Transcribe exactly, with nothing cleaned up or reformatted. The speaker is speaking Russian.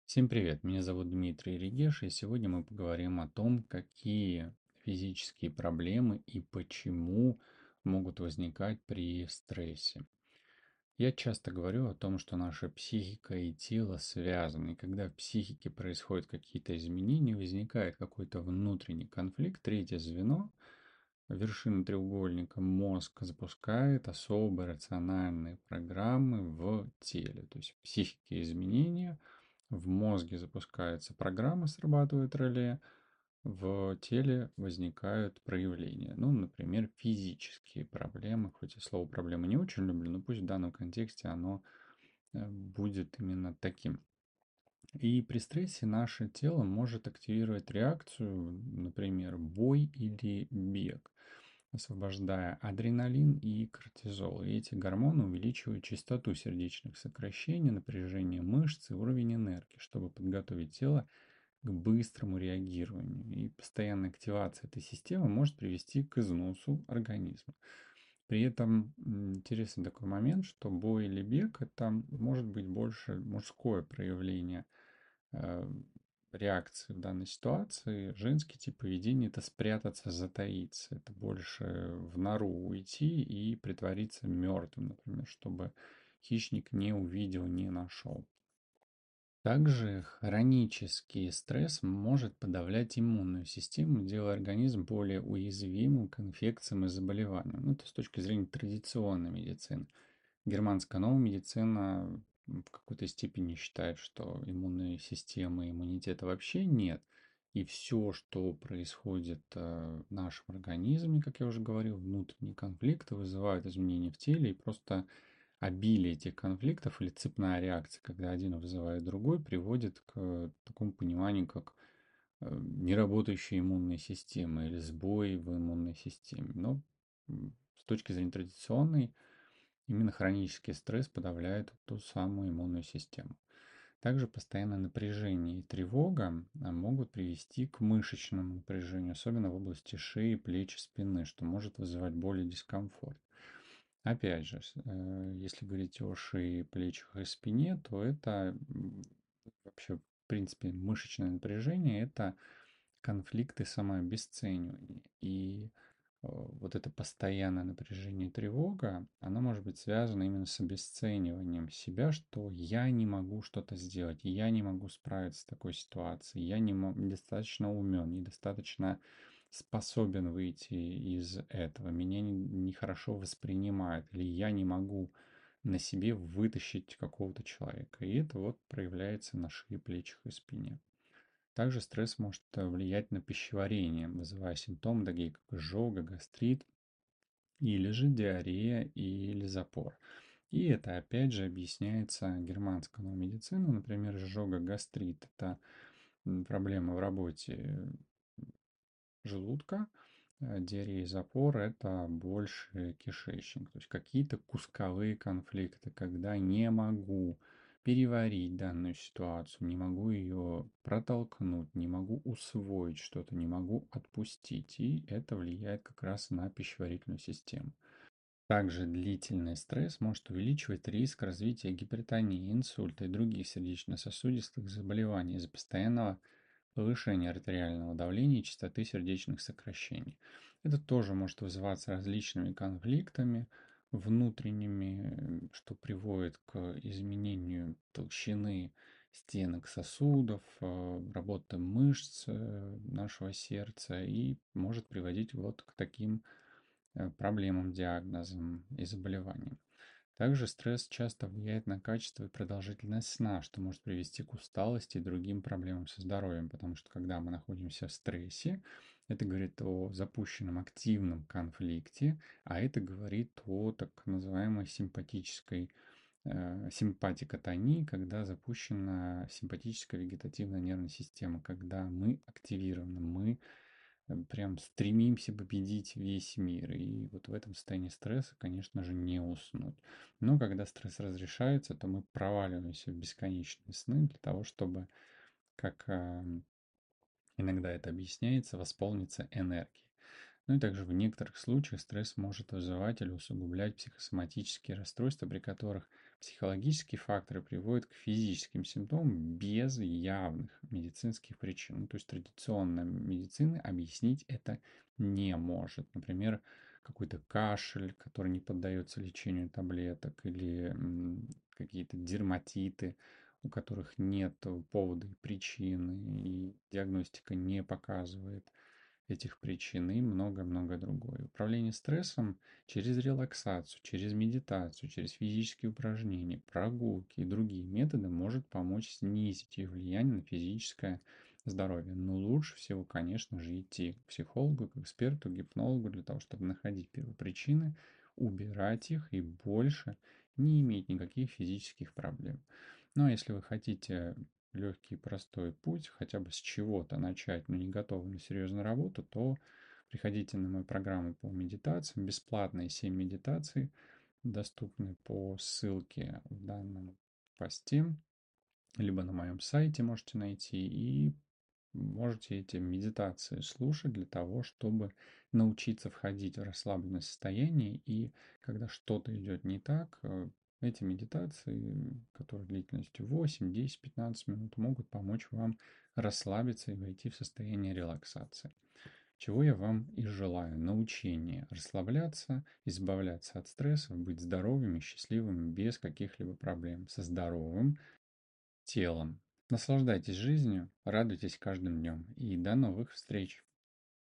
Всем привет, меня зовут Дмитрий Регеш, и сегодня мы поговорим о том, какие физические проблемы и почему могут возникать при стрессе. Я часто говорю о том, что наша психика и тело связаны, и когда в психике происходят какие-то изменения, возникает какой-то внутренний конфликт, третье звено, вершина треугольника, мозг запускает особые рациональные программы в теле. То есть в психике изменения, в мозге запускается программа, срабатывает реле, в теле возникают проявления. Ну, например, физические проблемы. Хоть я слово проблемы не очень люблю, но пусть в данном контексте оно э, будет именно таким. И при стрессе наше тело может активировать реакцию, например, бой или бег, освобождая адреналин и кортизол. И эти гормоны увеличивают частоту сердечных сокращений, напряжение мышц и уровень энергии, чтобы подготовить тело к быстрому реагированию. И постоянная активация этой системы может привести к износу организма. При этом интересный такой момент, что бой или бег — это может быть больше мужское проявление э, реакции в данной ситуации. Женский тип поведения — это спрятаться, затаиться. Это больше в нору уйти и притвориться мертвым, например, чтобы хищник не увидел, не нашел. Также хронический стресс может подавлять иммунную систему, делая организм более уязвимым к инфекциям и заболеваниям. Ну, это с точки зрения традиционной медицины. Германская новая медицина в какой-то степени считает, что иммунной системы, иммунитета вообще нет. И все, что происходит э, в нашем организме, как я уже говорил, внутренние конфликты вызывают изменения в теле, и просто обилие этих конфликтов или цепная реакция, когда один вызывает другой, приводит к такому пониманию, как э, неработающая иммунная система или сбой в иммунной системе. Но с точки зрения традиционной, именно хронический стресс подавляет ту самую иммунную систему. Также постоянное напряжение и тревога а, могут привести к мышечному напряжению, особенно в области шеи, плеч, спины, что может вызывать боль и дискомфорт. Опять же, э, если говорить о шее, плечах и спине, то это вообще, в принципе, мышечное напряжение — это конфликты самообесценивания. И э, вот это постоянное напряжение и тревога, оно может быть связано именно с обесцениванием себя, что я не могу что-то сделать, я не могу справиться с такой ситуацией, я не недостаточно умен, недостаточно способен выйти из этого, меня нехорошо воспринимают, или я не могу на себе вытащить какого-то человека. И это вот проявляется на шее, плечах и спине. Также стресс может э, влиять на пищеварение, вызывая симптомы такие как изжога, гастрит или же диарея или запор. И это опять же объясняется германской новой медициной. Например, изжога, гастрит — это проблема в работе желудка, э, диарея и запор — это больше кишечник. То есть какие-то кусковые конфликты, когда не могу переварить данную ситуацию, не могу ее протолкнуть, не могу усвоить что-то, не могу отпустить. И это влияет как раз на пищеварительную систему. Также длительный стресс может увеличивать риск развития гипертонии, инсульта и других сердечно-сосудистых заболеваний из-за постоянного повышения артериального давления и частоты сердечных сокращений. Это тоже может вызываться различными конфликтами внутренними, что приводит к изменению толщины стенок сосудов, э, работы мышц э, нашего сердца и может приводить вот к таким э, проблемам, диагнозам и заболеваниям. Также стресс часто влияет на качество и продолжительность сна, что может привести к усталости и другим проблемам со здоровьем, потому что когда мы находимся в стрессе, это говорит о запущенном активном конфликте, а это говорит о так называемой симпатической э, симпатикотонии, когда запущена симпатическая вегетативная нервная система, когда мы активированы, мы э, прям стремимся победить весь мир. И вот в этом состоянии стресса, конечно же, не уснуть. Но когда стресс разрешается, то мы проваливаемся в бесконечные сны для того, чтобы, как а, иногда это объясняется, восполниться энергией. Ну и также в некоторых случаях стресс может вызывать или усугублять психосоматические расстройства, при которых Психологические факторы приводят к физическим симптомам без явных медицинских причин. Ну, то есть традиционная медицина объяснить это не может. Например, какой-то кашель, который не поддается лечению таблеток, или м, какие-то дерматиты, у которых нет повода и причины, и диагностика не показывает этих причин, и многое-многое другое. Управление стрессом через релаксацию, через медитацию, через физические упражнения, прогулки и другие методы может помочь снизить их влияние на физическое здоровье. Но лучше всего, конечно же, идти к психологу, к эксперту, к гипнологу для того, чтобы находить первопричины, убирать их и больше не иметь никаких физических проблем. Ну а если вы хотите легкий и простой путь, хотя бы с чего-то начать, но не готовы на серьезную работу, то приходите на мою программу по медитациям. Бесплатные семь медитаций доступны по ссылке в данном посте, либо на моем сайте можете найти, и можете эти медитации слушать для того, чтобы научиться входить в расслабленное состояние, и когда что-то идет не так, э, эти медитации, которые длительностью восемь, десять, пятнадцать минут, могут помочь вам расслабиться и войти в состояние релаксации. Чего я вам и желаю. Научение расслабляться, избавляться от стрессов, быть здоровыми, счастливыми, без каких-либо проблем, со здоровым телом. Наслаждайтесь жизнью, радуйтесь каждым днем. И до новых встреч!